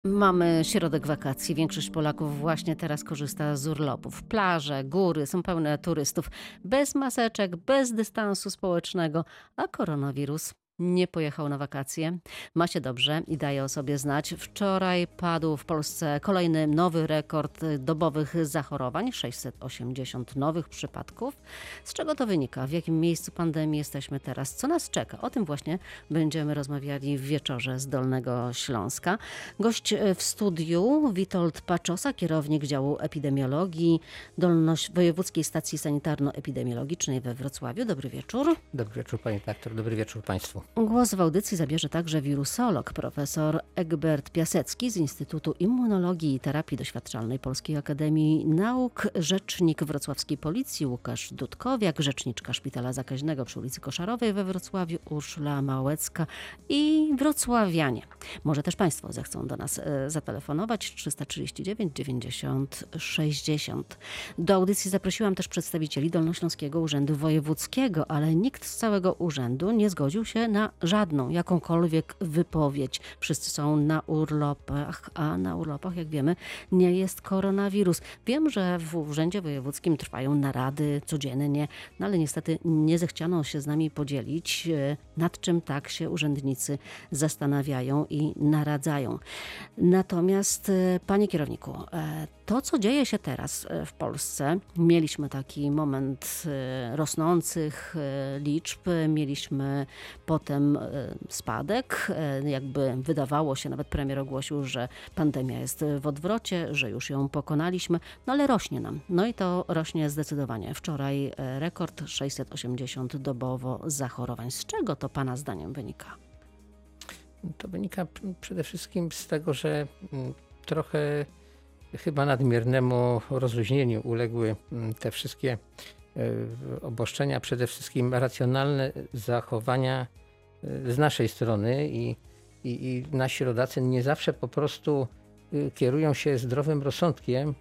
Mamy środek wakacji. Większość Polaków właśnie teraz korzysta z urlopów. Plaże, góry są pełne turystów. Bez maseczek, bez dystansu społecznego, a koronawirus nie pojechał na wakacje. Ma się dobrze i daje o sobie znać. Wczoraj padł w Polsce kolejny nowy rekord dobowych zachorowań. 680 nowych przypadków. Z czego to wynika? W jakim miejscu pandemii jesteśmy teraz? Co nas czeka? O tym właśnie będziemy rozmawiali w wieczorze z Dolnego Śląska. Gość w studiu Witold Paczosa, kierownik działu epidemiologii Wojewódzkiej Stacji Sanitarno-Epidemiologicznej we Wrocławiu. Dobry wieczór. Dobry wieczór pani redaktor, dobry wieczór państwu. Głos w audycji zabierze także wirusolog profesor Egbert Piasecki z Instytutu Immunologii i Terapii Doświadczalnej Polskiej Akademii Nauk, rzecznik wrocławskiej policji Łukasz Dudkowiak, rzeczniczka Szpitala Zakaźnego przy ulicy Koszarowej we Wrocławiu Urszula Małecka i wrocławianie. Może też państwo zechcą do nas zatelefonować 339 90 60. Do audycji zaprosiłam też przedstawicieli Dolnośląskiego Urzędu Wojewódzkiego, ale nikt z całego urzędu nie zgodził się na żadną, jakąkolwiek wypowiedź. Wszyscy są na urlopach, a na urlopach, jak wiemy, nie jest koronawirus. Wiem, że w Urzędzie Wojewódzkim trwają narady codziennie, no ale niestety nie zechciano się z nami podzielić, nad czym tak się urzędnicy zastanawiają i naradzają. Natomiast, panie kierowniku, to, co dzieje się teraz w Polsce, mieliśmy taki moment rosnących liczb, mieliśmy potem spadek, jakby wydawało się, nawet premier ogłosił, że pandemia jest w odwrocie, że już ją pokonaliśmy, no ale rośnie nam. No i to rośnie zdecydowanie. Wczoraj rekord 680 dobowo zachorowań. Z czego to pana zdaniem wynika? To wynika przede wszystkim z tego, że trochę chyba nadmiernemu rozluźnieniu uległy te wszystkie obostrzenia, przede wszystkim racjonalne zachowania z naszej strony i nasi rodacy nie zawsze po prostu kierują się zdrowym rozsądkiem.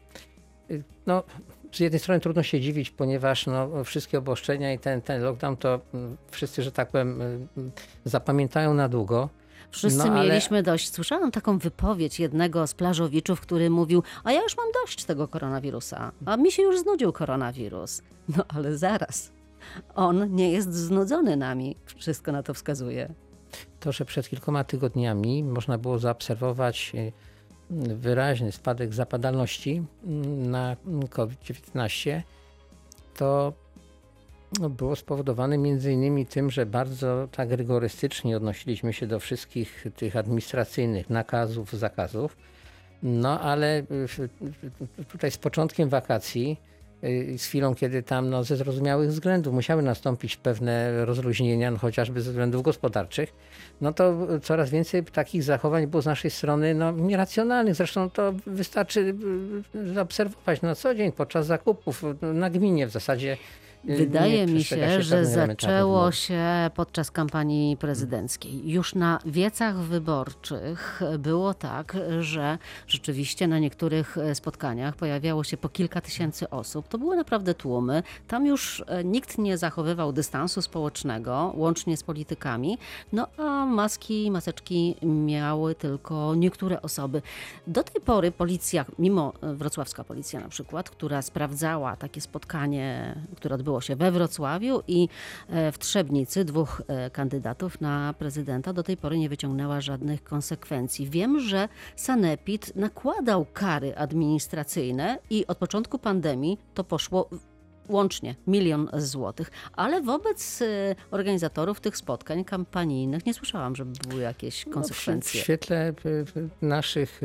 No, z jednej strony trudno się dziwić, ponieważ wszystkie obostrzenia i ten lockdown to wszyscy, że tak powiem, zapamiętają na długo. Wszyscy mieliśmy dość. Słyszałam taką wypowiedź jednego z plażowiczów, który mówił, a ja już mam dość tego koronawirusa, a mi się już znudził koronawirus. No ale zaraz, on nie jest znudzony nami. Wszystko na to wskazuje. To, że przed kilkoma tygodniami można było zaobserwować wyraźny spadek zapadalności na COVID-19, to było spowodowane między innymi tym, że bardzo tak rygorystycznie odnosiliśmy się do wszystkich tych administracyjnych nakazów, zakazów. No ale tutaj z początkiem wakacji, z chwilą, kiedy tam ze zrozumiałych względów musiały nastąpić pewne rozluźnienia, chociażby ze względów gospodarczych, no to coraz więcej takich zachowań było z naszej strony nieracjonalnych. Zresztą to wystarczy zaobserwować na co dzień podczas zakupów, na gminie w zasadzie. Wydaje mi się, że zaczęło się podczas kampanii prezydenckiej. Już na wiecach wyborczych było tak, że rzeczywiście na niektórych spotkaniach pojawiało się po kilka tysięcy osób. To były naprawdę tłumy. Tam już nikt nie zachowywał dystansu społecznego, łącznie z politykami. No a maseczki miały tylko niektóre osoby. Do tej pory policja, mimo wrocławska policja na przykład, która sprawdzała takie spotkanie, które odbyło się we Wrocławiu i w Trzebnicy, dwóch kandydatów na prezydenta, do tej pory nie wyciągnęła żadnych konsekwencji. Wiem, że sanepid nakładał kary administracyjne i od początku pandemii to poszło łącznie 1 000 000 złotych, ale wobec organizatorów tych spotkań kampanijnych nie słyszałam, żeby były jakieś konsekwencje. W świetle naszych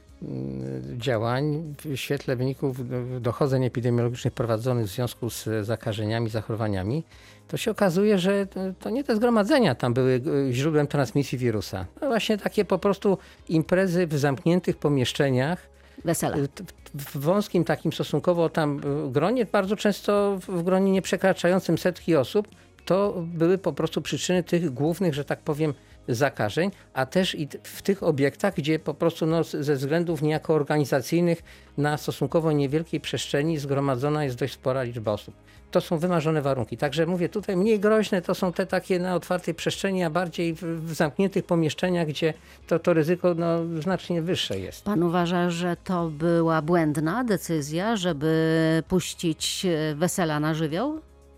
działań, w świetle wyników dochodzeń epidemiologicznych prowadzonych w związku z zakażeniami, zachorowaniami, to się okazuje, że to nie te zgromadzenia tam były źródłem transmisji wirusa. No właśnie takie po prostu imprezy w zamkniętych pomieszczeniach. Wesele. W wąskim takim stosunkowo tam gronie, bardzo często w gronie nie przekraczającym setki osób, to były po prostu przyczyny tych głównych, że tak powiem, zakażeń, a też i w tych obiektach, gdzie po prostu ze względów niejako organizacyjnych na stosunkowo niewielkiej przestrzeni zgromadzona jest dość spora liczba osób. To są wymarzone warunki. Także mówię, tutaj mniej groźne to są te takie na otwartej przestrzeni, a bardziej w zamkniętych pomieszczeniach, gdzie to ryzyko znacznie wyższe jest. Pan uważa, że to była błędna decyzja, żeby puścić wesela na żywioł?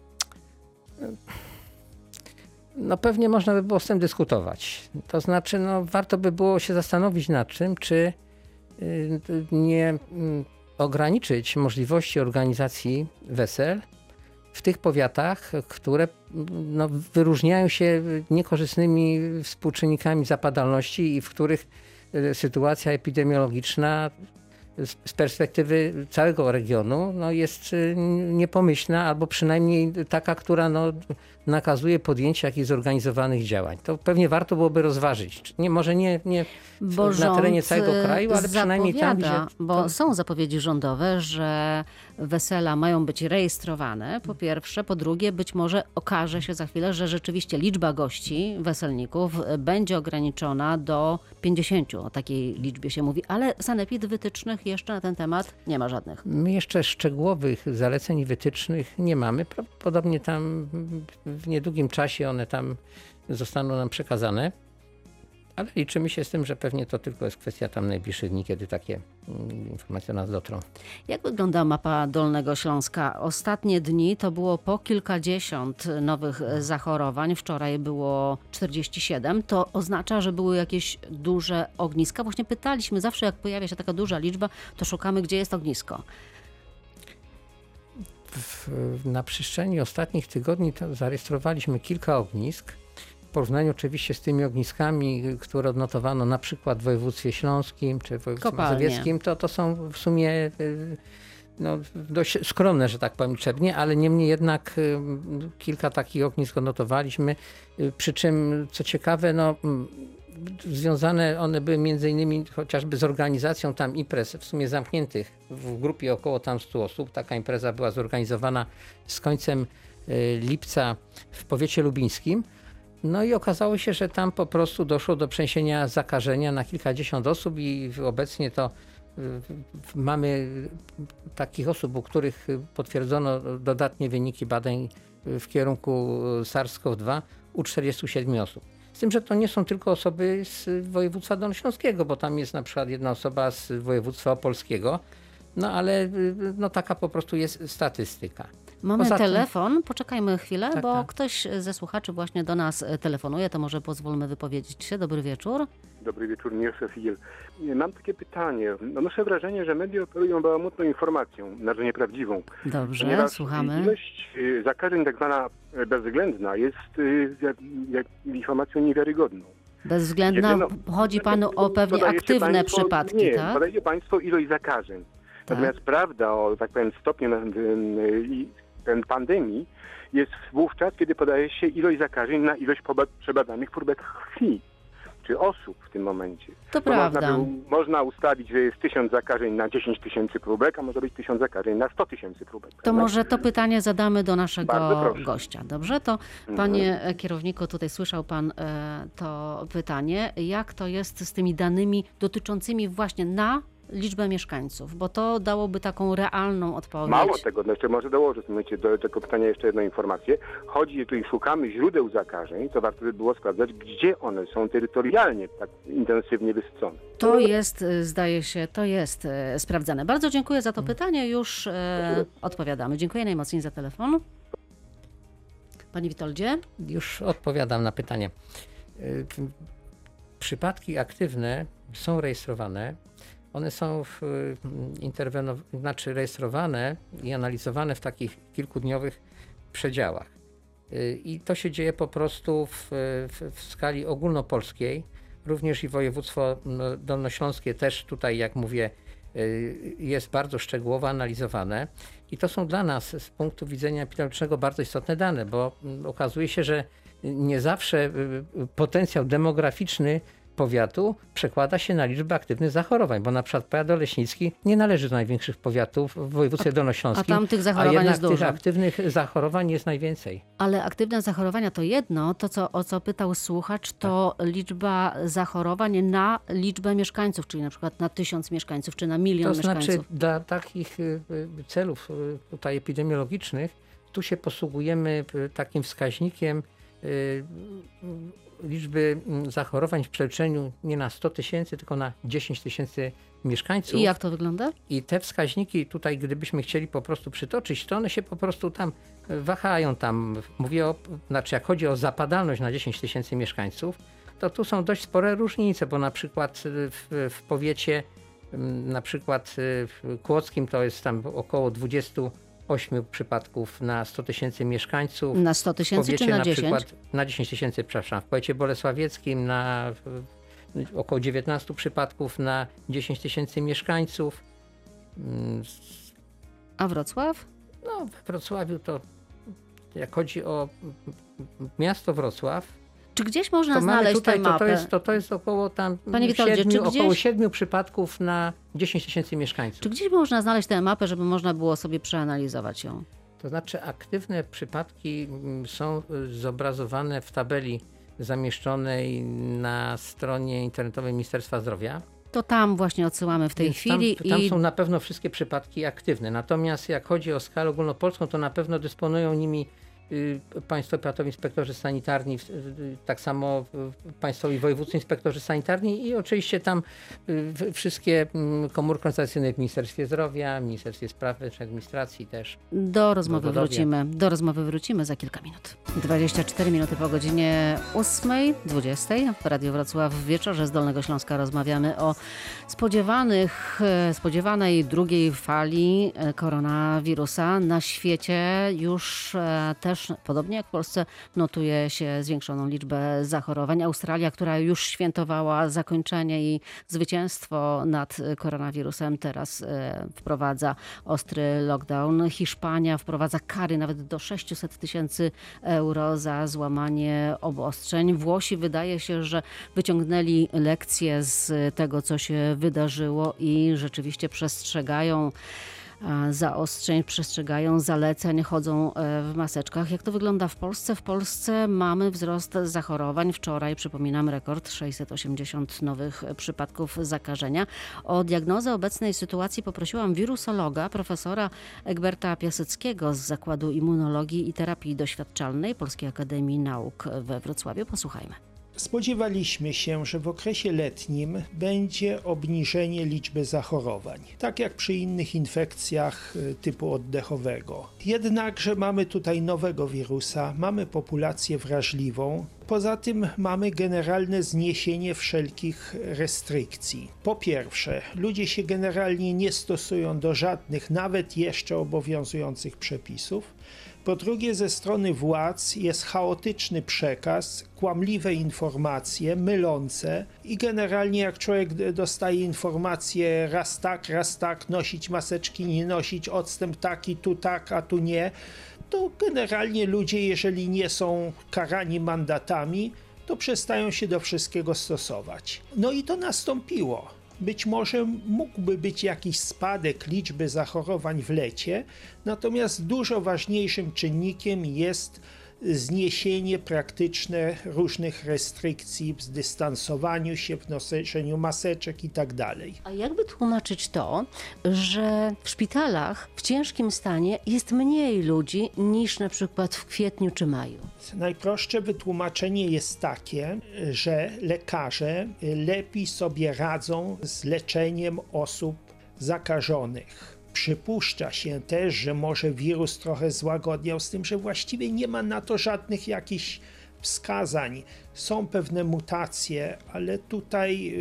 Pewnie można by było z tym dyskutować. To znaczy, warto by było się zastanowić nad tym, czy nie ograniczyć możliwości organizacji wesel w tych powiatach, które wyróżniają się niekorzystnymi współczynnikami zapadalności i w których sytuacja epidemiologiczna z perspektywy całego regionu jest niepomyślna, albo przynajmniej taka, która nakazuje podjęcie jakichś zorganizowanych działań. To pewnie warto byłoby rozważyć. Może nie na terenie całego kraju, ale przynajmniej tam, gdzie... Bo są zapowiedzi rządowe, że wesela mają być rejestrowane, po pierwsze. Po drugie, być może okaże się za chwilę, że rzeczywiście liczba gości, weselników będzie ograniczona do 50. O takiej liczbie się mówi, ale sanepid wytycznych jeszcze na ten temat nie ma żadnych. My jeszcze szczegółowych zaleceń i wytycznych nie mamy. Prawdopodobnie tam w niedługim czasie one tam zostaną nam przekazane, ale liczymy się z tym, że pewnie to tylko jest kwestia tam najbliższych dni, kiedy takie informacje do nas dotrą. Jak wygląda mapa Dolnego Śląska? Ostatnie dni to było po kilkadziesiąt nowych zachorowań. Wczoraj było 47. To oznacza, że były jakieś duże ogniska. Właśnie pytaliśmy, zawsze jak pojawia się taka duża liczba, to szukamy, gdzie jest ognisko. Na przestrzeni ostatnich tygodni zarejestrowaliśmy kilka ognisk. W porównaniu oczywiście z tymi ogniskami, które odnotowano na przykład w województwie śląskim czy w województwie mazowieckim, to są w sumie dość skromne, że tak powiem, liczebnie, ale niemniej jednak kilka takich ognisk odnotowaliśmy. Przy czym, co ciekawe, związane one były między innymi chociażby z organizacją tam imprez w sumie zamkniętych w grupie około tam 100 osób. Taka impreza była zorganizowana z końcem lipca w powiecie lubińskim. I okazało się, że tam po prostu doszło do przeniesienia zakażenia na kilkadziesiąt osób i obecnie to mamy takich osób, u których potwierdzono dodatnie wyniki badań w kierunku SARS-CoV-2 u 47 osób. Z tym, że to nie są tylko osoby z województwa dolnośląskiego, bo tam jest na przykład jedna osoba z województwa opolskiego, ale taka po prostu jest statystyka. Mamy telefon, poczekajmy chwilę, tak, bo ktoś ze słuchaczy właśnie do nas telefonuje, to może pozwólmy wypowiedzieć się. Dobry wieczór. Dobry wieczór, Mieszef Igel. Mam takie pytanie. Noszę wrażenie, że media operują bałamutną informacją, znaczy nieprawdziwą. Dobrze, słuchamy. Ilość zakażeń tak zwana bezwzględna jest jak informacją niewiarygodną. Bezwzględna, chodzi panu o pewnie aktywne przypadki, nie, tak? podajecie państwo ilość zakażeń. Tak. Natomiast prawda o, tak powiem, stopniu pandemii jest wówczas, kiedy podaje się ilość zakażeń na ilość przebadanych próbek krwi, czy osób w tym momencie. To prawda. Można ustalić, że jest 1000 zakażeń na 10 000 próbek, a może być 1000 zakażeń na 100 000 próbek. To może to pytanie zadamy do naszego gościa. Dobrze? To panie kierowniku, tutaj słyszał pan to pytanie. Jak to jest z tymi danymi dotyczącymi właśnie na liczbę mieszkańców, bo to dałoby taką realną odpowiedź. Mało tego, jeszcze może dołożę w tym momencie do tego pytania jeszcze jedną informację. Chodzi tu i szukamy źródeł zakażeń, to warto by było sprawdzać, gdzie one są terytorialnie tak intensywnie wysycone. To jest, zdaje się, to jest sprawdzane. Bardzo dziękuję za to pytanie, już odpowiadamy. Dziękuję najmocniej za telefon. Panie Witoldzie? Już odpowiadam na pytanie. Przypadki aktywne są rejestrowane. One są rejestrowane i analizowane w takich kilkudniowych przedziałach. I to się dzieje po prostu w skali ogólnopolskiej. Również i województwo dolnośląskie też tutaj, jak mówię, jest bardzo szczegółowo analizowane. I to są dla nas z punktu widzenia epidemiologicznego bardzo istotne dane, bo okazuje się, że nie zawsze potencjał demograficzny powiatu przekłada się na liczbę aktywnych zachorowań, bo na przykład powiat oleśnicki nie należy do największych powiatów w województwie dolnośląskim, a tam tych zachorowań jest tych dużo. aktywnych zachorowań jest najwięcej. Ale aktywne zachorowania to jedno, o co pytał słuchacz, to liczba zachorowań na liczbę mieszkańców, czyli na przykład na 1000 mieszkańców, czy na 1 000 000 To znaczy mieszkańców. dla takich celów tutaj epidemiologicznych tu się posługujemy takim wskaźnikiem liczby zachorowań w przeliczeniu nie na 100 000, tylko na 10 000 mieszkańców. I jak to wygląda? I te wskaźniki tutaj, gdybyśmy chcieli po prostu przytoczyć, to one się po prostu tam wahają. Znaczy jak chodzi o zapadalność na 10 000 mieszkańców, to tu są dość spore różnice, bo na przykład w powiecie, na przykład w kłodzkim to jest tam około 28 przypadków na 100 000 mieszkańców. Na 100 000 czy na 10? Przykład, na 10 000, przepraszam. W powiecie bolesławieckim na około 19 przypadków na 10 000 mieszkańców. A Wrocław? No, w Wrocławiu to, jak chodzi o miasto Wrocław, Czy gdzieś można to mamy znaleźć tutaj, tę mapę? to jest około tam Panie Witoldzie, około 7 przypadków na 10 000 mieszkańców. Czy gdzieś można znaleźć tę mapę, żeby można było sobie przeanalizować ją? To znaczy aktywne przypadki są zobrazowane w tabeli zamieszczonej na stronie internetowej Ministerstwa Zdrowia. To tam właśnie odsyłamy w tej Więc chwili. Tam są na pewno wszystkie przypadki aktywne. Natomiast jak chodzi o skalę ogólnopolską, to na pewno dysponują nimi państwowi powiatowi inspektorzy sanitarni, tak samo państwowi wojewódzcy inspektorzy sanitarni i oczywiście tam wszystkie komórki organizacyjne w Ministerstwie Zdrowia, Ministerstwie Spraw Wewnętrznych, Administracji też. Do rozmowy Wojewodowie. wrócimy za kilka minut. 24 minuty po godzinie 8:20 w Radiu Wrocław w wieczorze z Dolnego Śląska rozmawiamy o spodziewanej drugiej fali koronawirusa. Na świecie już też, podobnie jak w Polsce, notuje się zwiększoną liczbę zachorowań. Australia, która już świętowała zakończenie i zwycięstwo nad koronawirusem, teraz wprowadza ostry lockdown. Hiszpania wprowadza kary nawet do 600 000 euro za złamanie obostrzeń. Włosi wydaje się, że wyciągnęli lekcje z tego, co się wydarzyło i rzeczywiście przestrzegają zaostrzeń, przestrzegają zaleceń, chodzą w maseczkach. Jak to wygląda w Polsce? W Polsce mamy wzrost zachorowań. Wczoraj, przypominam, rekord 680 nowych przypadków zakażenia. O diagnozę obecnej sytuacji poprosiłam wirusologa, profesora Egberta Piaseckiego z Zakładu Immunologii i Terapii Doświadczalnej Polskiej Akademii Nauk we Wrocławiu. Posłuchajmy. Spodziewaliśmy się, że w okresie letnim będzie obniżenie liczby zachorowań, tak jak przy innych infekcjach typu oddechowego. Jednakże mamy tutaj nowego wirusa, mamy populację wrażliwą. Poza tym mamy generalne zniesienie wszelkich restrykcji. Po pierwsze, ludzie się generalnie nie stosują do żadnych, nawet jeszcze obowiązujących przepisów. Po drugie, ze strony władz jest chaotyczny przekaz, kłamliwe informacje, mylące i generalnie jak człowiek dostaje informacje raz tak, nosić maseczki, nie nosić, odstęp taki, tu tak, a tu nie, to generalnie ludzie, jeżeli nie są karani mandatami, to przestają się do wszystkiego stosować. No i to nastąpiło. Być może mógłby być jakiś spadek liczby zachorowań w lecie, natomiast dużo ważniejszym czynnikiem jest zniesienie praktyczne różnych restrykcji w dystansowaniu się, w noszeniu maseczek itd. A jakby tłumaczyć to, że w szpitalach w ciężkim stanie jest mniej ludzi niż na przykład w kwietniu czy maju? Najprostsze wytłumaczenie jest takie, że lekarze lepiej sobie radzą z leczeniem osób zakażonych. Przypuszcza się też, że może wirus trochę złagodniał, z tym, że właściwie nie ma na to żadnych jakichś wskazań. Są pewne mutacje, ale tutaj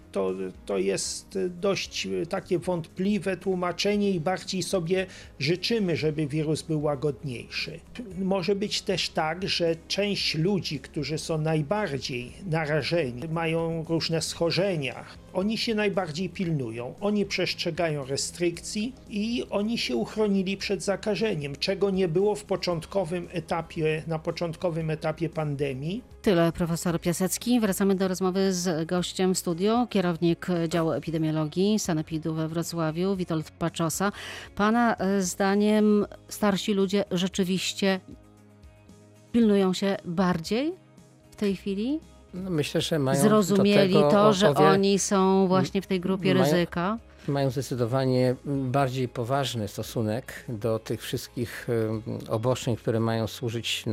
to jest dość takie wątpliwe tłumaczenie i bardziej sobie życzymy, żeby wirus był łagodniejszy. Może być też tak, że część ludzi, którzy są najbardziej narażeni, mają różne schorzenia, Oni się najbardziej pilnują, oni przestrzegają restrykcji i oni się uchronili przed zakażeniem, czego nie było na początkowym etapie pandemii. Tyle profesor Piasecki. Wracamy do rozmowy z gościem w studiu, kierownik działu epidemiologii Sanepidu we Wrocławiu, Witold Paczosa. Pana zdaniem starsi ludzie rzeczywiście pilnują się bardziej w tej chwili? No myślę, że mają Zrozumieli do tego to, że oni są właśnie w tej grupie ryzyka? Mają zdecydowanie bardziej poważny stosunek do tych wszystkich obostrzeń, które mają służyć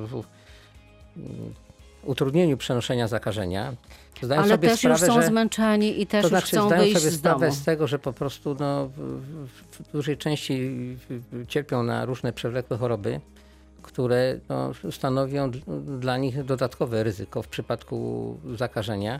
utrudnieniu przenoszenia zakażenia. Zdają Ale sobie też sprawę, już są że, zmęczeni i też to już znaczy chcą zdają wyjść sobie z sprawę domu. z tego, że po prostu w dużej części cierpią na różne przewlekłe choroby, które stanowią dla nich dodatkowe ryzyko w przypadku zakażenia.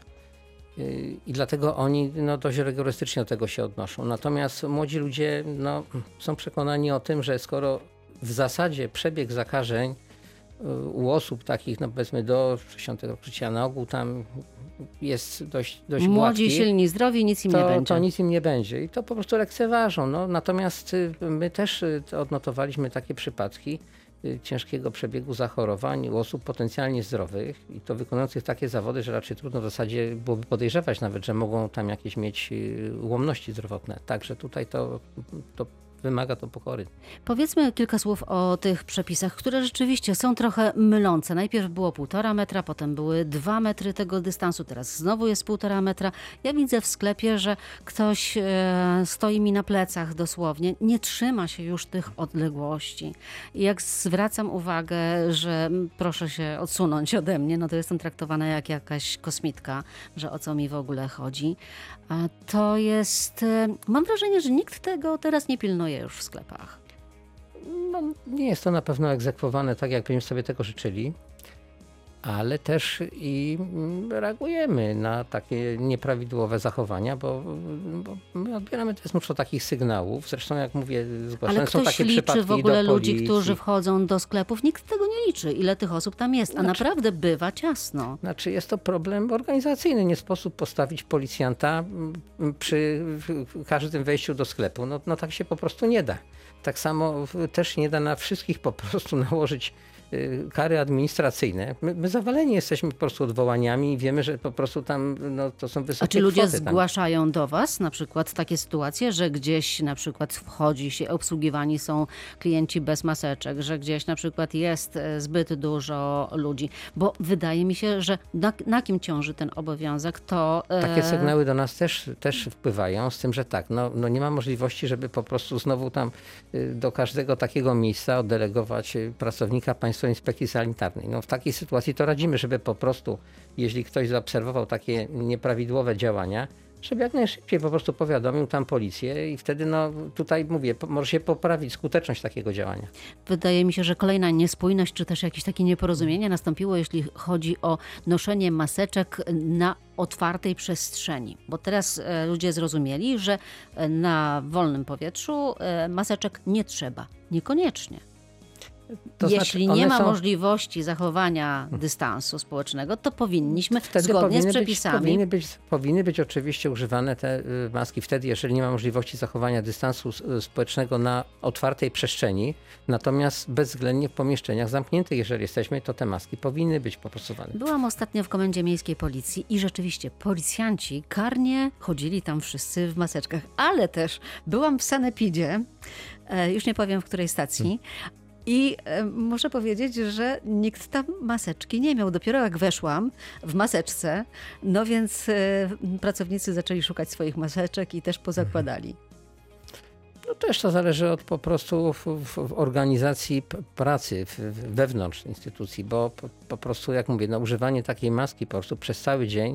I dlatego oni dość rygorystycznie do tego się odnoszą. Natomiast młodzi ludzie są przekonani o tym, że skoro w zasadzie przebieg zakażeń u osób takich, powiedzmy do 60 roku życia na ogół tam jest dość Młodzi, gładki, silni, zdrowi, nic im nie będzie. to nic im nie będzie i to po prostu lekceważą. Natomiast my też odnotowaliśmy takie przypadki ciężkiego przebiegu zachorowań u osób potencjalnie zdrowych i to wykonujących takie zawody, że raczej trudno w zasadzie byłoby podejrzewać nawet, że mogą tam jakieś mieć ułomności zdrowotne. Także tutaj to wymaga to pokory. Powiedzmy kilka słów o tych przepisach, które rzeczywiście są trochę mylące. Najpierw było 1,5 metra, potem były 2 metry tego dystansu, teraz znowu jest 1,5 metra. Ja widzę w sklepie, że ktoś stoi mi na plecach dosłownie, nie trzyma się już tych odległości. I jak zwracam uwagę, że proszę się odsunąć ode mnie, no to jestem traktowana jak jakaś kosmitka, że o co mi w ogóle chodzi. A to jest, mam wrażenie, że nikt tego teraz nie pilnuje już w sklepach. Nie jest to na pewno egzekwowane tak, jak byśmy sobie tego życzyli, ale też i reagujemy na takie nieprawidłowe zachowania, bo my odbieramy też mnóstwo takich sygnałów. Zresztą jak mówię, zgłaszane Ale są ktoś takie liczy przypadki w ogóle do ludzi, policji. którzy wchodzą do sklepów? Nikt tego nie liczy, ile tych osób tam jest, a naprawdę bywa ciasno. Znaczy jest to problem organizacyjny. Nie sposób postawić policjanta przy każdym wejściu do sklepu. No tak się po prostu nie da. Tak samo też nie da na wszystkich po prostu nałożyć kary administracyjne. My zawaleni jesteśmy po prostu odwołaniami i wiemy, że po prostu tam to są wysokie A czy ludzie kwoty tam. zgłaszają do was na przykład takie sytuacje, że gdzieś na przykład wchodzi się, obsługiwani są klienci bez maseczek, że gdzieś na przykład jest zbyt dużo ludzi? Bo wydaje mi się, że na kim ciąży ten obowiązek, to... Takie sygnały do nas też wpływają, z tym, że tak, nie ma możliwości, żeby po prostu znowu tam do każdego takiego miejsca oddelegować pracownika Państwowej Inspekcji Sanitarnej. W takiej sytuacji to radzimy, żeby po prostu, jeśli ktoś zaobserwował takie nieprawidłowe działania, żeby jak najszybciej po prostu powiadomił tam policję i wtedy tutaj mówię, może się poprawić skuteczność takiego działania. Wydaje mi się, że kolejna niespójność, czy też jakieś takie nieporozumienie nastąpiło, jeśli chodzi o noszenie maseczek na otwartej przestrzeni. Bo teraz ludzie zrozumieli, że na wolnym powietrzu maseczek nie trzeba. Niekoniecznie. Jeśli nie ma możliwości zachowania dystansu społecznego, to powinniśmy zgodnie z przepisami... Powinny być oczywiście używane te maski wtedy, jeżeli nie ma możliwości zachowania dystansu społecznego na otwartej przestrzeni, natomiast bezwzględnie w pomieszczeniach zamkniętych, jeżeli jesteśmy, to te maski powinny być postosowane. Byłam ostatnio w Komendzie Miejskiej Policji i rzeczywiście policjanci karnie chodzili tam wszyscy w maseczkach, ale też byłam w Sanepidzie, już nie powiem w której stacji, i muszę powiedzieć, że nikt tam maseczki nie miał. Dopiero jak weszłam w maseczce, więc pracownicy zaczęli szukać swoich maseczek i też pozakładali. Też to zależy od po prostu w organizacji pracy wewnątrz instytucji, bo po prostu, jak mówię, używanie takiej maski po prostu przez cały dzień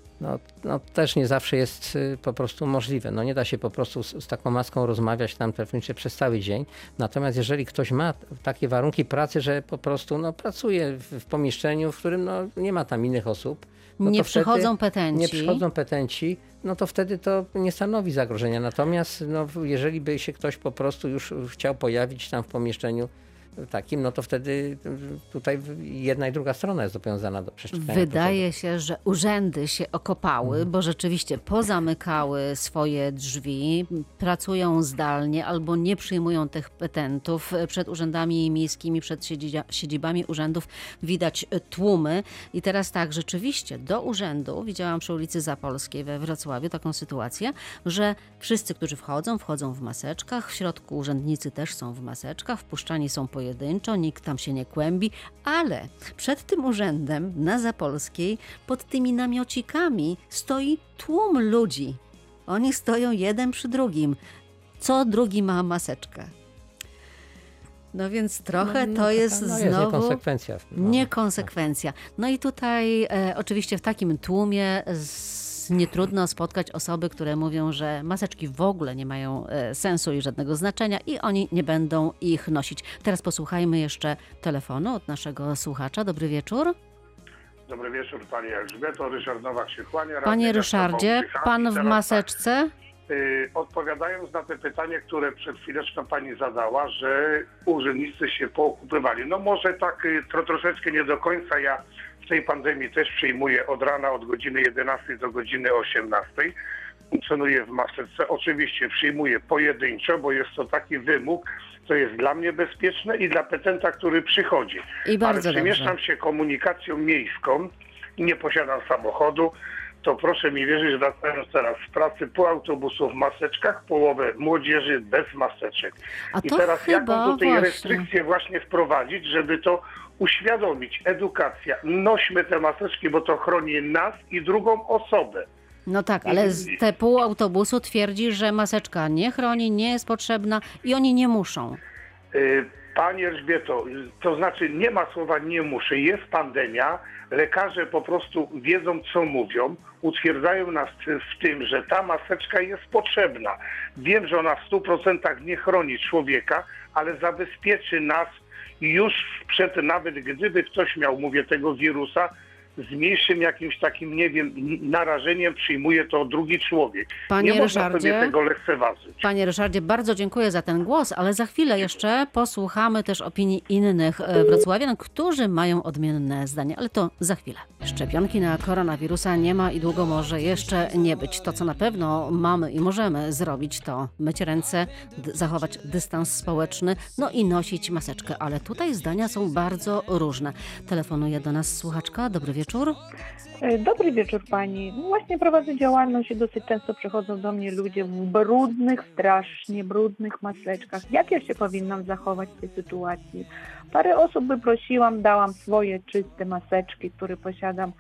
też nie zawsze jest po prostu możliwe. Nie da się po prostu z taką maską rozmawiać tam telefonicznie przez cały dzień. Natomiast jeżeli ktoś ma takie warunki pracy, że po prostu pracuje w pomieszczeniu, w którym nie ma tam innych osób, nie przychodzą petenci. Nie przychodzą petenci, to wtedy to nie stanowi zagrożenia. Natomiast jeżeli by się ktoś po prostu już chciał pojawić tam w pomieszczeniu takim, no to wtedy tutaj jedna i druga strona jest zobowiązana do przeszczepania. Wydaje się, że urzędy się okopały, bo rzeczywiście pozamykały swoje drzwi, pracują zdalnie albo nie przyjmują tych petentów. Przed urzędami miejskimi, przed siedzibami urzędów widać tłumy. I teraz tak, rzeczywiście do urzędu, widziałam przy ulicy Zapolskiej we Wrocławiu taką sytuację, że wszyscy, którzy wchodzą w maseczkach, w środku urzędnicy też są w maseczkach, wpuszczani są pojedynczo, nikt tam się nie kłębi, ale przed tym urzędem na Zapolskiej, pod tymi namiocikami stoi tłum ludzi. Oni stoją jeden przy drugim. Co drugi ma maseczkę. No więc trochę to jest znowu niekonsekwencja. Niekonsekwencja. No i tutaj oczywiście w takim tłumie nie trudno spotkać osoby, które mówią, że maseczki w ogóle nie mają sensu i żadnego znaczenia i oni nie będą ich nosić. Teraz posłuchajmy jeszcze telefonu od naszego słuchacza. Dobry wieczór. Dobry wieczór Pani Elżbieto, Ryszard Nowak się kłania. Panie Ryszardzie, pan w maseczce? Odpowiadając na te pytanie, które przed chwileczką Pani zadała, że urzędnicy się pookupywali. No może tak troszeczkę nie do końca. Ja w tej pandemii też przyjmuję od rana od godziny 11 do godziny 18. Funkcjonuję w maseczce. Oczywiście przyjmuję pojedynczo, bo jest to taki wymóg, co jest dla mnie bezpieczne i dla petenta, który przychodzi. I bardzo Ale przemieszczam dobrze. się komunikacją miejską i nie posiadam samochodu. To proszę mi wierzyć, że wracając teraz z pracy, pół autobusu w maseczkach, połowę młodzieży bez maseczek. A I to teraz chyba jaką tutaj właśnie. restrykcję właśnie wprowadzić, żeby to uświadomić, edukacja. Nośmy te maseczki, bo to chroni nas i drugą osobę. No tak, ale te pół autobusu twierdzi, że maseczka nie chroni, nie jest potrzebna i oni nie muszą. Pani Elżbieto, to znaczy nie ma słowa nie muszę, jest pandemia, lekarze po prostu wiedzą co mówią, utwierdzają nas w tym, że ta maseczka jest potrzebna. Wiem, że ona w 100% nie chroni człowieka, ale zabezpieczy nas już przed, nawet gdyby ktoś miał, mówię, tego wirusa, z mniejszym jakimś takim, nie wiem, narażeniem przyjmuje to drugi człowiek. Panie nie można Ryszardzie, sobie tego lekceważyć. Panie Ryszardzie, bardzo dziękuję za ten głos, ale za chwilę jeszcze posłuchamy też opinii innych wrocławian, którzy mają odmienne zdanie, ale to za chwilę. Szczepionki na koronawirusa nie ma i długo może jeszcze nie być. To, co na pewno mamy i możemy zrobić, to myć ręce, zachować dystans społeczny, no i nosić maseczkę, ale tutaj zdania są bardzo różne. Telefonuje do nas słuchaczka. Dobry wieczór. Dobry wieczór Pani. Właśnie prowadzę działalność i dosyć często przychodzą do mnie ludzie w brudnych, strasznie brudnych maseczkach. Jak ja się powinnam zachować w tej sytuacji? Parę osób wyprosiłam, dałam swoje czyste maseczki, które posiadam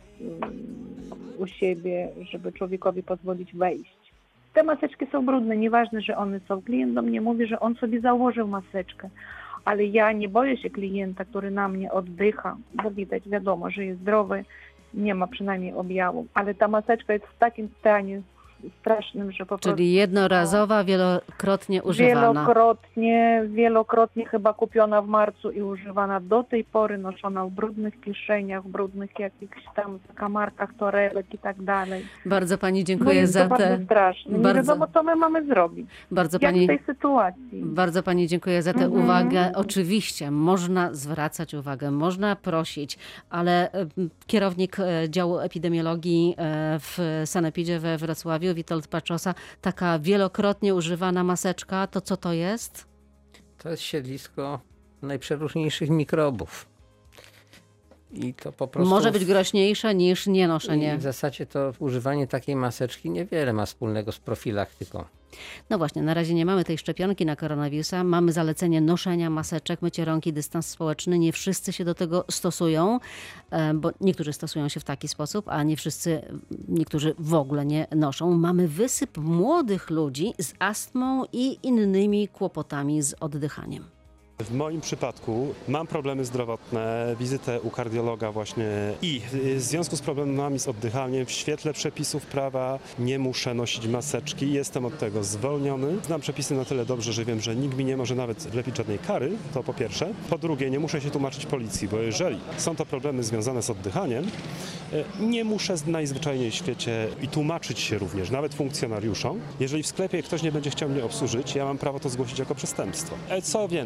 u siebie, żeby człowiekowi pozwolić wejść. Te maseczki są brudne, nieważne, że one są. Klient do mnie mówi, że on sobie założył maseczkę. Ale ja nie boję się klienta, który na mnie oddycha, bo widać, wiadomo, że jest zdrowy, nie ma przynajmniej objawów, ale ta maseczka jest w takim stanie strasznym, że po prostu... Czyli jednorazowa, wielokrotnie używana. Wielokrotnie chyba kupiona w marcu i używana do tej pory, noszona w brudnych kieszeniach, w brudnych jakichś tam zakamarkach, torebek i tak dalej. Bardzo Pani dziękuję za to bardzo straszne. Nie wiadomo, co my mamy zrobić. Jak w tej sytuacji. Bardzo Pani dziękuję za tę uwagę. Oczywiście można zwracać uwagę, można prosić, ale kierownik działu epidemiologii w Sanepidzie we Wrocławiu, Witold Paczosa, taka wielokrotnie używana maseczka, to co to jest? To jest siedlisko najprzeróżniejszych mikrobów. I to po prostu Może być groźniejsze niż nienoszenie. I w zasadzie to używanie takiej maseczki niewiele ma wspólnego z profilaktyką. No właśnie, na razie nie mamy tej szczepionki na koronawirusa. Mamy zalecenie noszenia maseczek, mycie rąk i dystans społeczny. Nie wszyscy się do tego stosują, bo niektórzy stosują się w taki sposób, a niektórzy w ogóle nie noszą. Mamy wysyp młodych ludzi z astmą i innymi kłopotami z oddychaniem. W moim przypadku mam problemy zdrowotne, wizytę u kardiologa właśnie i w związku z problemami z oddychaniem w świetle przepisów prawa nie muszę nosić maseczki. Jestem od tego zwolniony. Znam przepisy na tyle dobrze, że wiem, że nikt mi nie może nawet wlepić żadnej kary, to po pierwsze. Po drugie, nie muszę się tłumaczyć policji, bo jeżeli są to problemy związane z oddychaniem, nie muszę najzwyczajniej w świecie i tłumaczyć się również, nawet funkcjonariuszom. Jeżeli w sklepie ktoś nie będzie chciał mnie obsłużyć, ja mam prawo to zgłosić jako przestępstwo. Co więcej,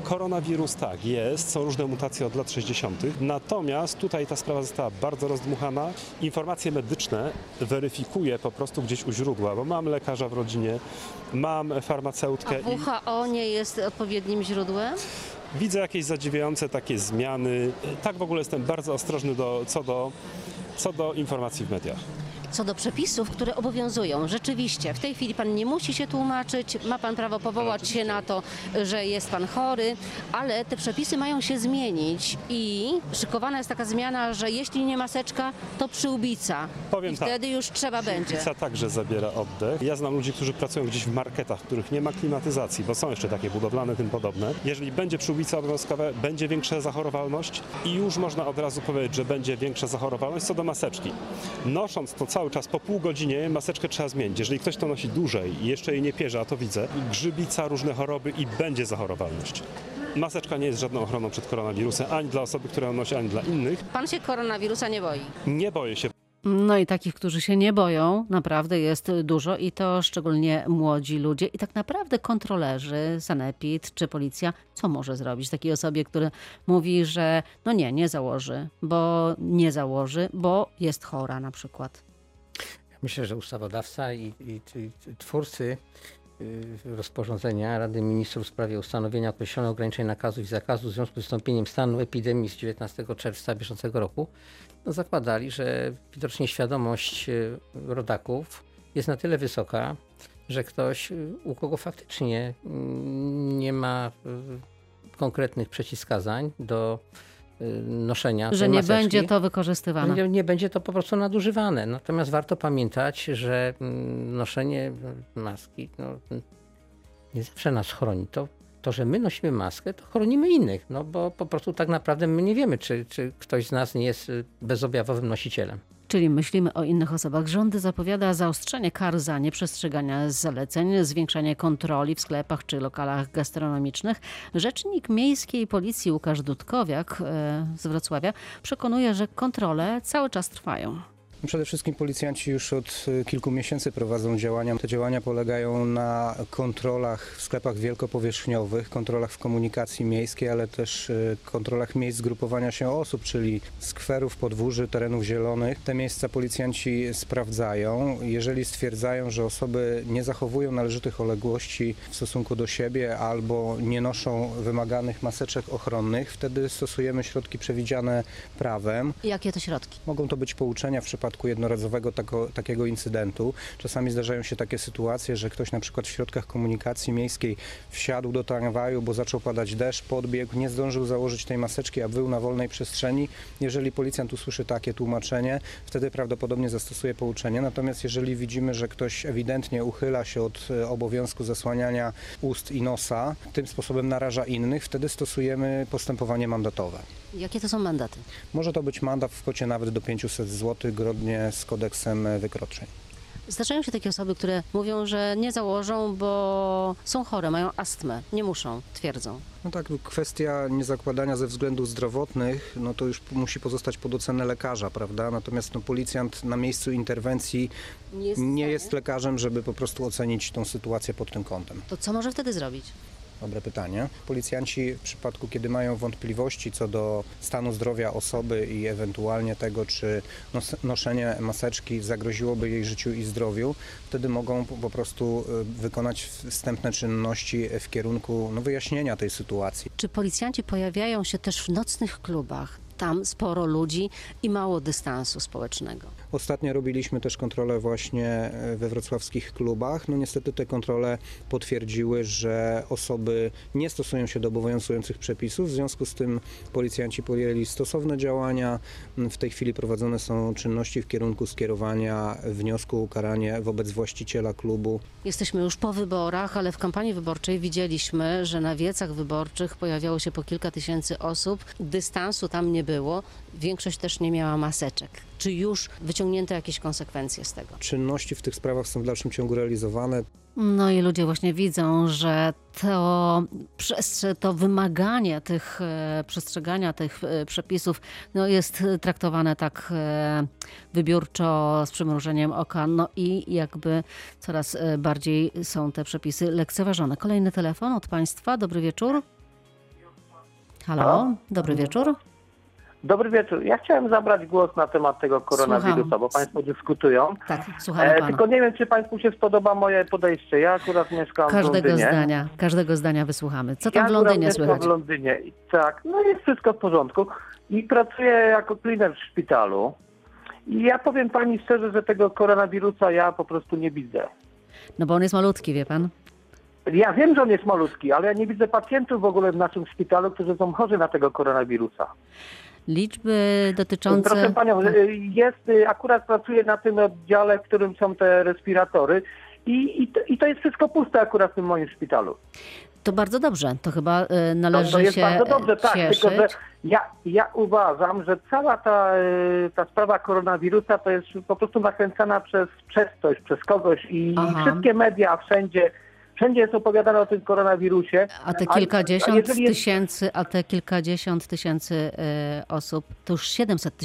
Koronawirus tak, jest, są różne mutacje od lat 60. Natomiast tutaj ta sprawa została bardzo rozdmuchana. Informacje medyczne weryfikuję po prostu gdzieś u źródła, bo mam lekarza w rodzinie, mam farmaceutkę. A WHO nie jest odpowiednim źródłem? Widzę jakieś zadziwiające takie zmiany. Tak w ogóle jestem bardzo ostrożny co do informacji w mediach. Co do przepisów, które obowiązują, rzeczywiście, w tej chwili pan nie musi się tłumaczyć, ma pan prawo powołać się na to, że jest pan chory, ale te przepisy mają się zmienić i szykowana jest taka zmiana, że jeśli nie maseczka, to przyłbica. Powiem I tak. wtedy już trzeba będzie. Przyłbica także zabiera oddech. Ja znam ludzi, którzy pracują gdzieś w marketach, w których nie ma klimatyzacji, bo są jeszcze takie budowlane, tym podobne. Jeżeli będzie przyłbica obowiązkowa, będzie większa zachorowalność i już można od razu powiedzieć, że będzie większa zachorowalność co do maseczki. Nosząc to cały czas po pół godzinie maseczkę trzeba zmienić. Jeżeli ktoś to nosi dłużej i jeszcze jej nie pierze, a to widzę, grzybica, różne choroby i będzie zachorowalność. Maseczka nie jest żadną ochroną przed koronawirusem, ani dla osoby, która ją nosi, ani dla innych. Pan się koronawirusa nie boi? Nie boję się. No i takich, którzy się nie boją, naprawdę jest dużo i to szczególnie młodzi ludzie. I tak naprawdę kontrolerzy, sanepid czy policja, co może zrobić takiej osobie, która mówi, że no nie założy, bo jest chora na przykład. Myślę, że ustawodawca i twórcy rozporządzenia Rady Ministrów w sprawie ustanowienia określonych ograniczeń, nakazów i zakazów w związku z wystąpieniem stanu epidemii z 19 czerwca bieżącego roku zakładali, że widocznie świadomość rodaków jest na tyle wysoka, że ktoś, u kogo faktycznie nie ma konkretnych przeciwwskazań do noszenia tej że nie maseczki, będzie to wykorzystywane. nie będzie to po prostu nadużywane. Natomiast warto pamiętać, że noszenie maski nie zawsze nas chroni. To, że my nosimy maskę, to chronimy innych, bo po prostu tak naprawdę my nie wiemy, czy ktoś z nas nie jest bezobjawowym nosicielem. Czyli myślimy o innych osobach. Rząd zapowiada zaostrzenie kar za nieprzestrzeganie zaleceń, zwiększanie kontroli w sklepach czy lokalach gastronomicznych. Rzecznik Miejskiej Policji Łukasz Dudkowiak z Wrocławia przekonuje, że kontrole cały czas trwają. Przede wszystkim policjanci już od kilku miesięcy prowadzą działania. Te działania polegają na kontrolach w sklepach wielkopowierzchniowych, kontrolach w komunikacji miejskiej, ale też kontrolach miejsc zgrupowania się osób, czyli skwerów, podwórzy, terenów zielonych. Te miejsca policjanci sprawdzają. Jeżeli stwierdzają, że osoby nie zachowują należytych odległości w stosunku do siebie albo nie noszą wymaganych maseczek ochronnych, wtedy stosujemy środki przewidziane prawem. Jakie to środki? Mogą to być pouczenia w przypadku jednorazowego takiego incydentu. Czasami zdarzają się takie sytuacje, że ktoś na przykład w środkach komunikacji miejskiej wsiadł do tramwaju, bo zaczął padać deszcz, podbiegł, nie zdążył założyć tej maseczki, a był na wolnej przestrzeni. Jeżeli policjant usłyszy takie tłumaczenie, wtedy prawdopodobnie zastosuje pouczenie. Natomiast jeżeli widzimy, że ktoś ewidentnie uchyla się od obowiązku zasłaniania ust i nosa, tym sposobem naraża innych, wtedy stosujemy postępowanie mandatowe. Jakie to są mandaty? Może to być mandat w kwocie nawet do 500 zł, zgodnie z kodeksem wykroczeń. Zdarzają się takie osoby, które mówią, że nie założą, bo są chore, mają astmę. Nie muszą, twierdzą. No tak, kwestia niezakładania ze względów zdrowotnych, to już musi pozostać pod ocenę lekarza, prawda? Natomiast policjant na miejscu interwencji nie jest lekarzem, żeby po prostu ocenić tą sytuację pod tym kątem. To co może wtedy zrobić? Dobre pytanie. Policjanci w przypadku, kiedy mają wątpliwości co do stanu zdrowia osoby i ewentualnie tego, czy noszenie maseczki zagroziłoby jej życiu i zdrowiu, wtedy mogą po prostu wykonać wstępne czynności w kierunku wyjaśnienia tej sytuacji. Czy policjanci pojawiają się też w nocnych klubach? Tam sporo ludzi i mało dystansu społecznego. Ostatnio robiliśmy też kontrolę właśnie we wrocławskich klubach. Niestety te kontrole potwierdziły, że osoby nie stosują się do obowiązujących przepisów. W związku z tym policjanci podjęli stosowne działania. W tej chwili prowadzone są czynności w kierunku skierowania wniosku o ukaranie wobec właściciela klubu. Jesteśmy już po wyborach, ale w kampanii wyborczej widzieliśmy, że na wiecach wyborczych pojawiało się po kilka tysięcy osób. Dystansu tam nie było. Większość też nie miała maseczek. Czy już wyciągnięto jakieś konsekwencje z tego? Czynności w tych sprawach są w dalszym ciągu realizowane. No i ludzie właśnie widzą, że to wymaganie przestrzegania tych przepisów jest traktowane tak wybiórczo, z przymrużeniem oka, i jakby coraz bardziej są te przepisy lekceważone. Kolejny telefon od Państwa. Dobry wieczór. Halo, dobry wieczór. Dobry wieczór. Ja chciałem zabrać głos na temat tego koronawirusa, Słucham. bo Państwo dyskutują. Tak, słuchamy pana. Tylko nie wiem, czy Państwu się spodoba moje podejście. Ja akurat mieszkam w Londynie. Każdego zdania wysłuchamy. Co tam w Ja akurat Londynie mieszkam słychać? w Londynie. Tak, no jest wszystko w porządku. I pracuję jako cleaner w szpitalu. I ja powiem Pani szczerze, że tego koronawirusa ja po prostu nie widzę. No bo on jest malutki, wie pan. Ja wiem, że on jest malutki, ale ja nie widzę pacjentów w ogóle w naszym szpitalu, którzy są chorzy na tego koronawirusa. Liczby dotyczące... Proszę Panią, akurat pracuję na tym oddziale, w którym są te respiratory i to jest wszystko puste akurat w tym moim szpitalu. To bardzo dobrze. To chyba należy To jest się bardzo dobrze, tak, cieszyć. tylko że ja uważam, że cała ta sprawa koronawirusa to jest po prostu nakręcana przez coś, przez kogoś i Aha. wszystkie media wszędzie jest opowiadane o tym koronawirusie. A te kilkadziesiąt tysięcy osób, to już 700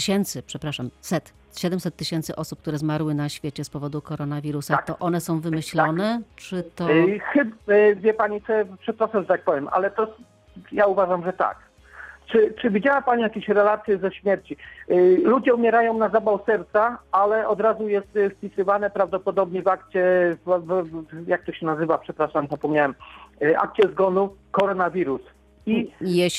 tysięcy osób, które zmarły na świecie z powodu koronawirusa, Tak. to one są wymyślone, czy to... Wie Pani co, przepraszam, że tak powiem, ale to ja uważam, że tak. Czy widziała Pani jakieś relacje ze śmierci? Ludzie umierają na zawał serca, ale od razu jest wpisywane prawdopodobnie w akcie, jak to się nazywa, przepraszam, zapomniałem, akcie zgonu koronawirus. I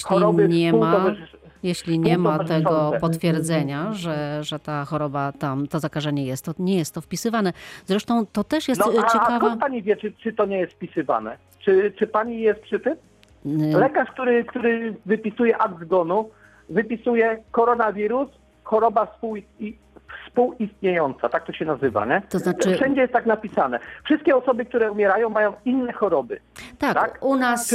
Jeśli nie ma tego potwierdzenia, że ta choroba tam, to zakażenie jest, to nie jest to wpisywane. Zresztą to też jest ciekawa... A skąd Pani wie, czy to nie jest wpisywane? Czy Pani jest przy tym? Lekarz, który wypisuje akt zgonu, wypisuje koronawirus, choroba współistniejąca, tak to się nazywa, nie? To znaczy... Wszędzie jest tak napisane. Wszystkie osoby, które umierają, mają inne choroby. Tak, u nas...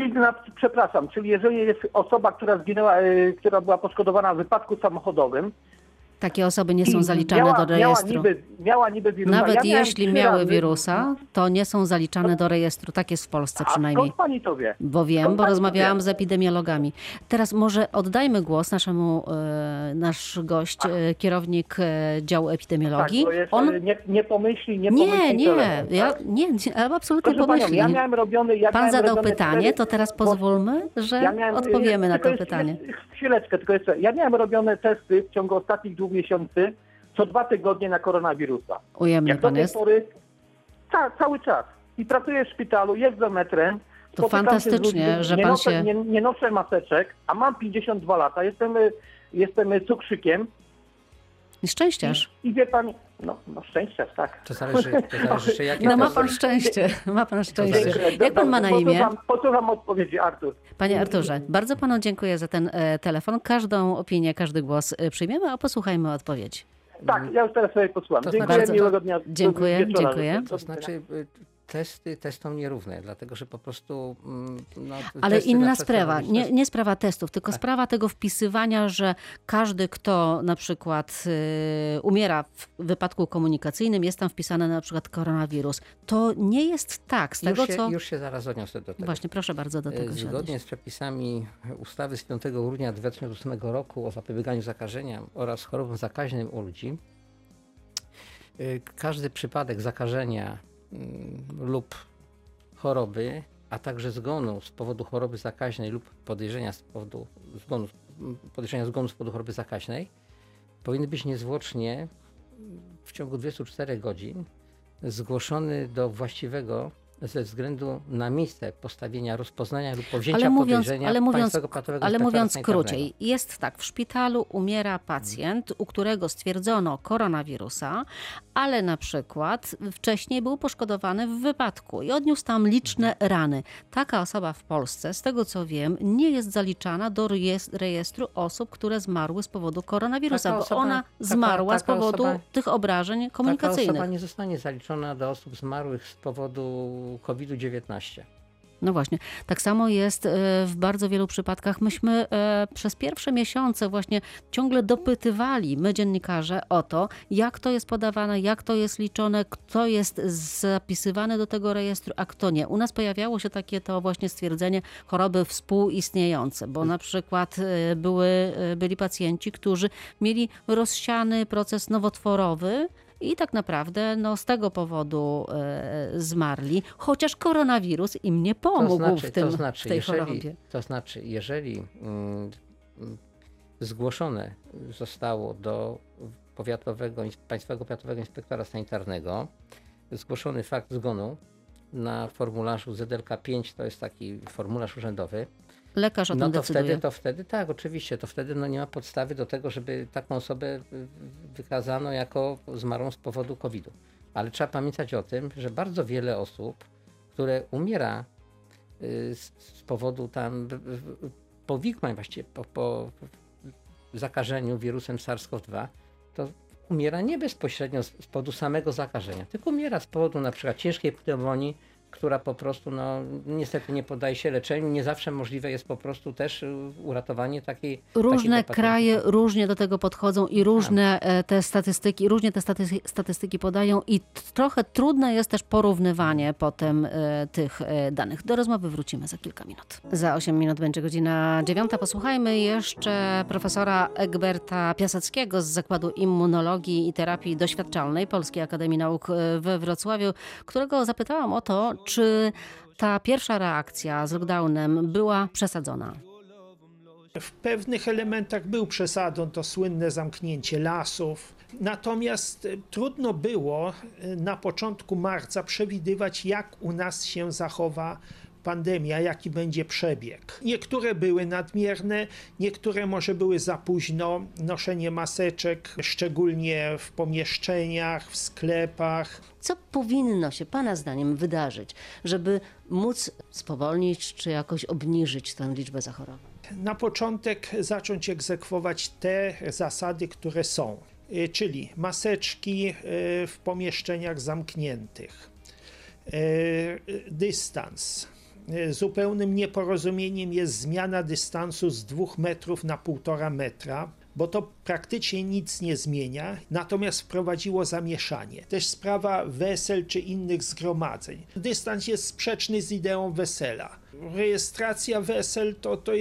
Czyli jeżeli jest osoba, która zginęła, która była poszkodowana w wypadku samochodowym, takie osoby nie są zaliczane do rejestru. Miała niby wirusa. Nawet jeśli miały wirusa, to nie są zaliczane do rejestru. Tak jest w Polsce przynajmniej. Skąd Pani to wie? Bo wiem, bo rozmawiałam z epidemiologami. Teraz może oddajmy głos nasz gość, kierownik działu epidemiologii. Tak, jest, On nie pomyśli. Absolutnie Proszę pomyśli. Panią, ja miałem robione... Pan zadał pytanie, to teraz pozwólmy, że odpowiemy na to pytanie. Chwileczkę, tylko jeszcze. Ja miałem robione testy w ciągu ostatnich 2 miesięcy, co 2 tygodnie na koronawirusa. Ujemny pan jest. Cały czas. I pracuję w szpitalu, jeżdżę metrem. To fantastycznie, że pan się... Nie noszę maseczek, a mam 52 lata, jestem cukrzykiem. Szczęściarz. I wie pan, no szczęściarz, tak. To zależy jakie No ma pan szczęście, Jak pan ma na imię? Posłucham odpowiedzi, Artur. Panie Arturze, bardzo panu dziękuję za ten telefon. Każdą opinię, każdy głos przyjmiemy, a posłuchajmy odpowiedzi. Tak, ja już teraz sobie posłucham. Dziękuję, miłego dnia. Dziękuję. To znaczy testy testom nierówne, dlatego że po prostu... Ale inna sprawa, nie sprawa testów, tylko sprawa tego wpisywania, że każdy, kto na przykład umiera w wypadku komunikacyjnym, jest tam wpisany na przykład koronawirus. To nie jest tak. Już się zaraz odniosę do tego. Właśnie, proszę bardzo do tego się Zgodnie odnieść. z przepisami ustawy z 5 grudnia 2008 roku o zapobieganiu zakażenia oraz chorobom zakaźnym u ludzi, każdy przypadek zakażenia lub choroby, a także zgonu z powodu choroby zakaźnej lub podejrzenia zgonu z powodu choroby zakaźnej powinny być niezwłocznie w ciągu 24 godzin zgłoszony do właściwego ze względu na miejsce postawienia rozpoznania lub powzięcia podejrzenia państwowego powiatowego Ale mówiąc króciej, sanitarnego. jest tak, w szpitalu umiera pacjent, u którego stwierdzono koronawirusa, ale na przykład wcześniej był poszkodowany w wypadku i odniósł tam liczne rany. Taka osoba w Polsce, z tego co wiem, nie jest zaliczana do rejestru osób, które zmarły z powodu koronawirusa, bo ona zmarła z powodu tych obrażeń komunikacyjnych. Taka osoba nie zostanie zaliczona do osób zmarłych z powodu COVID-19. No właśnie. Tak samo jest w bardzo wielu przypadkach. Myśmy przez pierwsze miesiące właśnie ciągle dopytywali, my dziennikarze, o to, jak to jest podawane, jak to jest liczone, kto jest zapisywany do tego rejestru, a kto nie. U nas pojawiało się takie to właśnie stwierdzenie choroby współistniejące, bo na przykład byli pacjenci, którzy mieli rozsiany proces nowotworowy i tak naprawdę z tego powodu zmarli, chociaż koronawirus im nie pomógł w tej chorobie. To znaczy, jeżeli zgłoszone zostało do Państwowego Powiatowego Inspektora Sanitarnego zgłoszony fakt zgonu na formularzu ZLK5, to jest taki formularz urzędowy. Lekarz o tym decyduje. To wtedy tak, oczywiście, to wtedy nie ma podstawy do tego, żeby taką osobę wykazano jako zmarłą z powodu COVID-u. Ale trzeba pamiętać o tym, że bardzo wiele osób, które umiera z powodu powikłań właściwie po zakażeniu wirusem SARS-CoV-2, to umiera nie bezpośrednio z powodu samego zakażenia, tylko umiera z powodu na przykład ciężkiej pneumonii, która po prostu niestety nie poddaje się leczeniu. Nie zawsze możliwe jest po prostu też uratowanie takiej. Różne kraje różnie do tego podchodzą i różne te statystyki podają i trochę trudne jest też porównywanie potem tych danych. Do rozmowy wrócimy za kilka minut. Za 8 minut będzie godzina 9. Posłuchajmy jeszcze profesora Egberta Piaseckiego z Zakładu Immunologii i Terapii Doświadczalnej Polskiej Akademii Nauk we Wrocławiu, którego zapytałam o to, czy ta pierwsza reakcja z lockdownem była przesadzona? W pewnych elementach był przesadą, to słynne zamknięcie lasów. Natomiast trudno było na początku marca przewidywać, jak u nas się zachowa pandemia, jaki będzie przebieg. Niektóre były nadmierne, niektóre może były za późno. Noszenie maseczek, szczególnie w pomieszczeniach, w sklepach. Co powinno się Pana zdaniem wydarzyć, żeby móc spowolnić czy jakoś obniżyć tę liczbę zachorowań? Na początek zacząć egzekwować te zasady, które są, czyli maseczki w pomieszczeniach zamkniętych, dystans. Zupełnym nieporozumieniem jest zmiana dystansu z 2 metrów na 1,5 metra, bo to praktycznie nic nie zmienia, natomiast wprowadziło zamieszanie. Też sprawa wesel czy innych zgromadzeń. Dystans jest sprzeczny z ideą wesela. Rejestracja wesel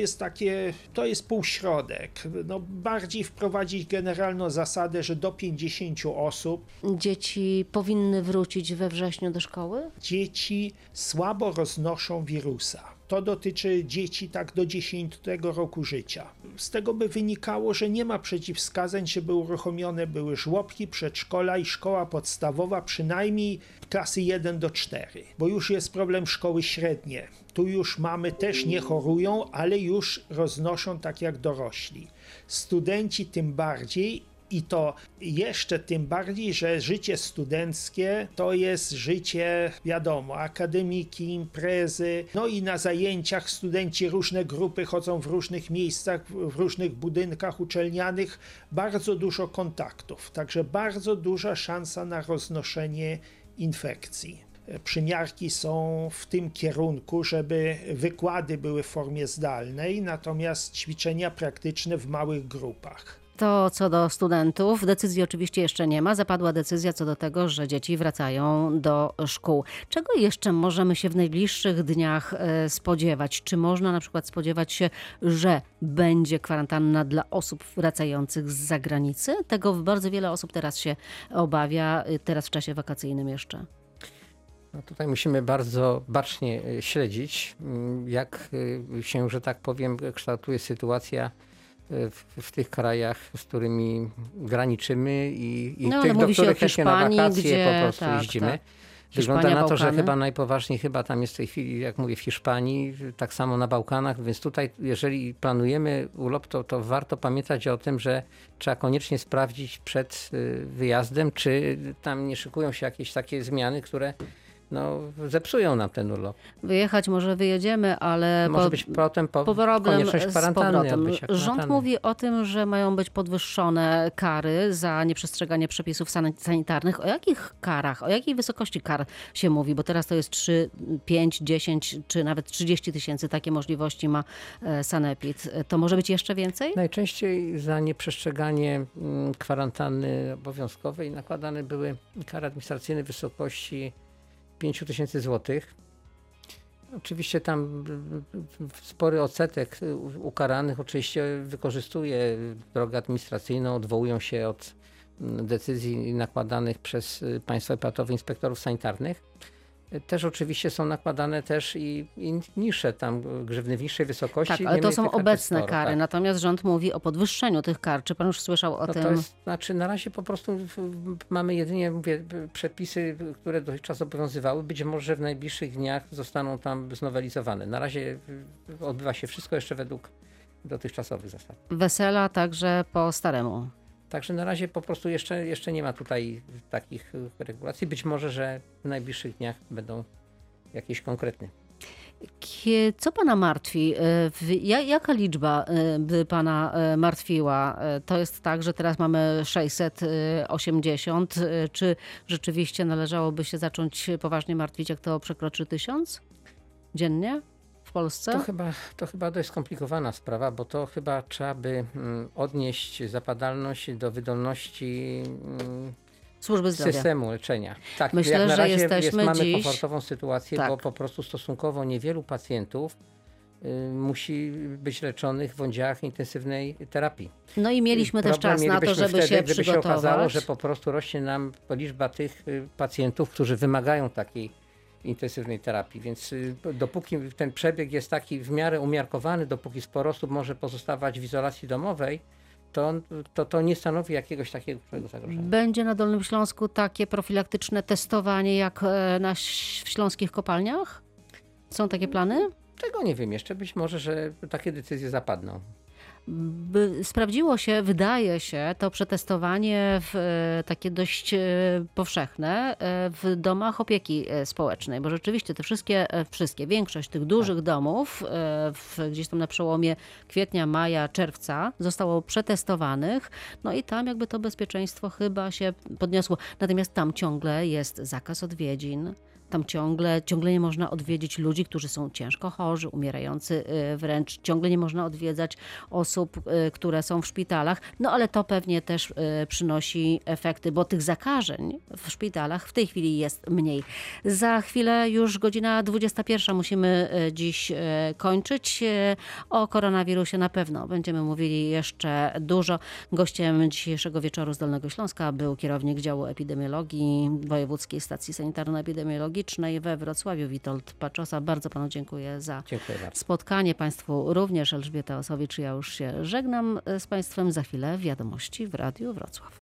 to jest półśrodek. Bardziej wprowadzić generalną zasadę, że do 50 osób. Dzieci powinny wrócić we wrześniu do szkoły? Dzieci słabo roznoszą wirusa. To dotyczy dzieci tak do 10 roku życia. Z tego by wynikało, że nie ma przeciwwskazań, żeby uruchomione były żłobki, przedszkola i szkoła podstawowa, przynajmniej klasy 1 do 4, bo już jest problem szkoły średnie. Tu już mamy, też nie chorują, ale już roznoszą tak jak dorośli. Studenci tym bardziej. I to jeszcze tym bardziej, że życie studenckie to jest życie, wiadomo, akademiki, imprezy, i na zajęciach studenci różne grupy chodzą w różnych miejscach, w różnych budynkach uczelnianych, bardzo dużo kontaktów, także bardzo duża szansa na roznoszenie infekcji. Przymiarki są w tym kierunku, żeby wykłady były w formie zdalnej, natomiast ćwiczenia praktyczne w małych grupach. To co do studentów, decyzji oczywiście jeszcze nie ma. Zapadła decyzja co do tego, że dzieci wracają do szkół. Czego jeszcze możemy się w najbliższych dniach spodziewać? Czy można na przykład spodziewać się, że będzie kwarantanna dla osób wracających z zagranicy? Tego bardzo wiele osób teraz się obawia, teraz w czasie wakacyjnym jeszcze. Tutaj musimy bardzo bacznie śledzić, jak się, że tak powiem, kształtuje sytuacja w tych krajach, z którymi graniczymy i tych, do których chętnie na wakacje po prostu jeździmy. Wygląda na to, że chyba najpoważniej tam jest w tej chwili, jak mówię, w Hiszpanii, tak samo na Bałkanach, więc tutaj jeżeli planujemy urlop, to warto pamiętać o tym, że trzeba koniecznie sprawdzić przed wyjazdem, czy tam nie szykują się jakieś takie zmiany, które zepsują nam ten urlop. Wyjechać może wyjedziemy, ale może być potem konieczność kwarantanny. Rząd mówi o tym, że mają być podwyższone kary za nieprzestrzeganie przepisów sanitarnych. O jakich karach, o jakiej wysokości kar się mówi? Bo teraz to jest 3, 5, 10 czy nawet 30 tysięcy. Takie możliwości ma sanepid. To może być jeszcze więcej? Najczęściej za nieprzestrzeganie kwarantanny obowiązkowej nakładane były kary administracyjne w wysokości 5 tysięcy złotych. Oczywiście tam spory odsetek ukaranych oczywiście wykorzystuje drogę administracyjną, odwołują się od decyzji nakładanych przez Państwowe Powiatowe Inspektorów Sanitarnych. Też oczywiście są nakładane też i niższe tam grzywny w niższej wysokości. Tak, ale to są obecne sporo, kary, tak. natomiast rząd mówi o podwyższeniu tych kar. Czy pan już słyszał o tym? To jest, znaczy na razie po prostu mamy jedynie, mówię, przepisy, które dotychczas obowiązywały. Być może w najbliższych dniach zostaną tam znowelizowane. Na razie odbywa się wszystko jeszcze według dotychczasowych zasad. Wesela także po staremu. Także na razie po prostu jeszcze nie ma tutaj takich regulacji. Być może, że w najbliższych dniach będą jakieś konkretne. Co pana martwi? Jaka liczba by pana martwiła? To jest tak, że teraz mamy 680. Czy rzeczywiście należałoby się zacząć poważnie martwić, jak to przekroczy 1000 dziennie w Polsce? To chyba dość skomplikowana sprawa, bo to chyba trzeba by odnieść zapadalność do wydolności Służby zdrowia. Systemu leczenia. Tak, Myślę, jak na że razie jesteśmy mamy dziś... komfortową sytuację, Tak. bo po prostu stosunkowo niewielu pacjentów musi być leczonych w oddziałach intensywnej terapii. No i mieliśmy też Problem czas na to, mielibyśmy żeby się gdyby się okazało, przygotować. że po prostu rośnie nam liczba tych pacjentów, którzy wymagają takiej intensywnej terapii, więc dopóki ten przebieg jest taki w miarę umiarkowany, dopóki sporo osób może pozostawać w izolacji domowej, to nie stanowi jakiegoś takiego zagrożenia. Będzie na Dolnym Śląsku takie profilaktyczne testowanie jak w śląskich kopalniach? Są takie plany? Tego nie wiem jeszcze. Być może, że takie decyzje zapadną. Sprawdziło się, wydaje się, to przetestowanie takie dość powszechne w domach opieki społecznej, bo rzeczywiście te większość tych dużych domów gdzieś tam na przełomie kwietnia, maja, czerwca zostało przetestowanych, no i tam jakby to bezpieczeństwo chyba się podniosło. Natomiast tam ciągle jest zakaz odwiedzin. Tam ciągle nie można odwiedzić ludzi, którzy są ciężko chorzy, umierający wręcz. Ciągle nie można odwiedzać osób, które są w szpitalach. No ale to pewnie też przynosi efekty, bo tych zakażeń w szpitalach w tej chwili jest mniej. Za chwilę już godzina 21. Musimy dziś kończyć. O koronawirusie na pewno będziemy mówili jeszcze dużo. Gościem dzisiejszego wieczoru z Dolnego Śląska był kierownik działu epidemiologii Wojewódzkiej Stacji Sanitarno-Epidemiologicznej we Wrocławiu, Witold Paczosa. Bardzo panu dziękuję za spotkanie. Państwu również. Elżbieta Osowicz. Ja już się żegnam z państwem. Za chwilę wiadomości w Radiu Wrocław.